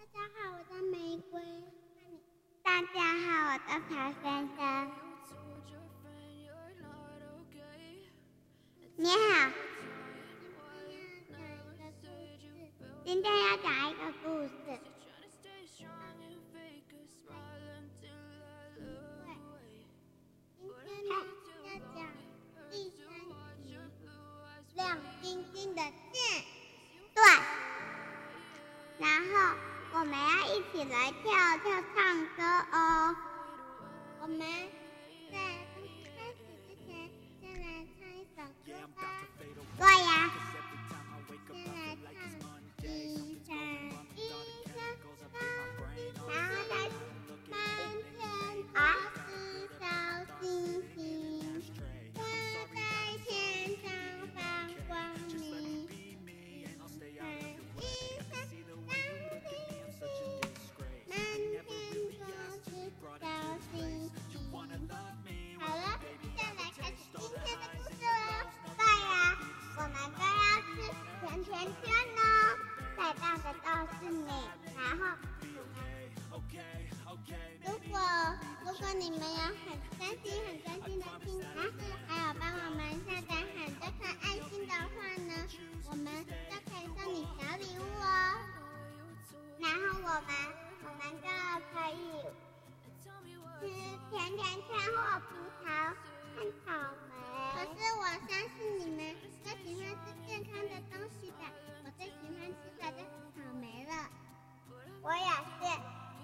家好，我叫玫瑰。大家好，我叫朴先生。你好。今天要讲一个故事。今天要讲第3集亮晶晶的剑。对。然后我们要一起来跳跳唱歌哦。我们在开始之前，先来唱一首歌吧。对呀。先来唱一闪一闪光，然后再满天都是小星星，挂在天上放光明。好了，现在来开始今天的故事了。对呀，我们都要吃甜甜圈哦，最大的都是你。然后，如果你们有很专心的听故事，还有帮我们下载很多颗爱心的话呢，我们就可以送你小礼物哦。然后我们就可以吃甜甜圈或葡萄和草莓。可是我相信你们都喜欢吃健康的东西的，我最喜欢吃的就是草莓了。我也是。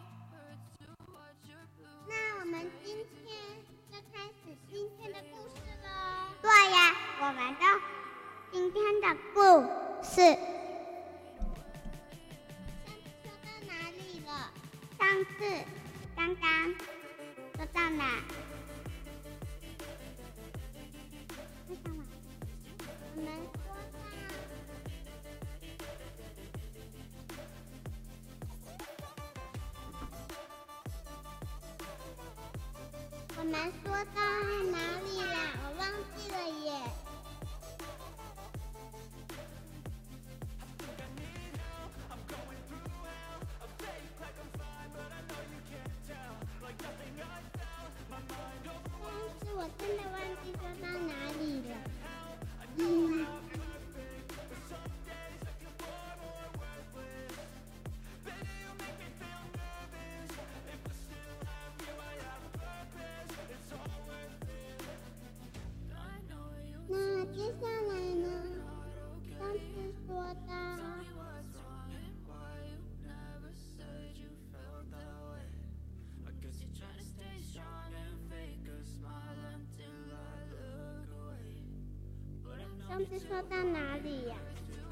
那我们今天就开始今天的故事了。对呀，我们就今天的故事。说到哪里了？上次刚刚说到哪？我们说到哪里啦？我忘记了耶。但是我真的忘记说到哪里了。那接下来呢？上次说到，上次说到哪里呀？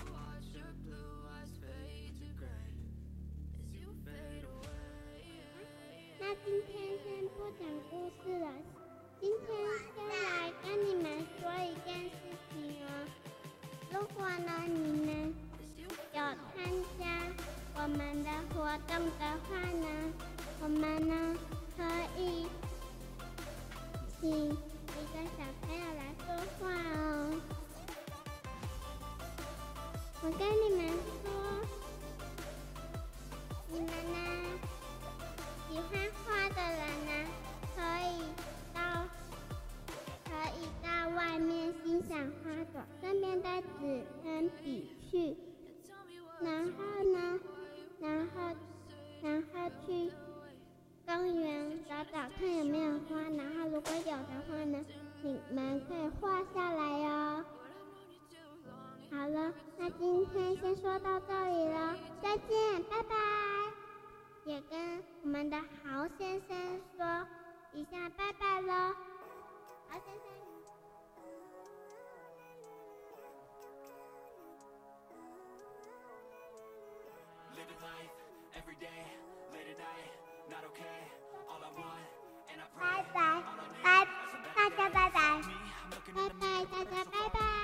那今天先不讲故事了。今天先来跟你们说一件事情哦。如果呢你们有参加我们的活动的话呢，我们呢可以请一个小朋友来说话哦。我跟你们说，你们呢喜欢画的人呢，可以到外面欣赏花朵，顺便带纸跟笔去。然后去公园找找看有没有花，然后如果有的话呢，你们可以画下来哦。好了，那今天先说到这里了，再见，拜拜。也跟我们的豪先生说一下拜拜咯。豪先生。拜拜，大家拜拜，拜拜，大家拜拜。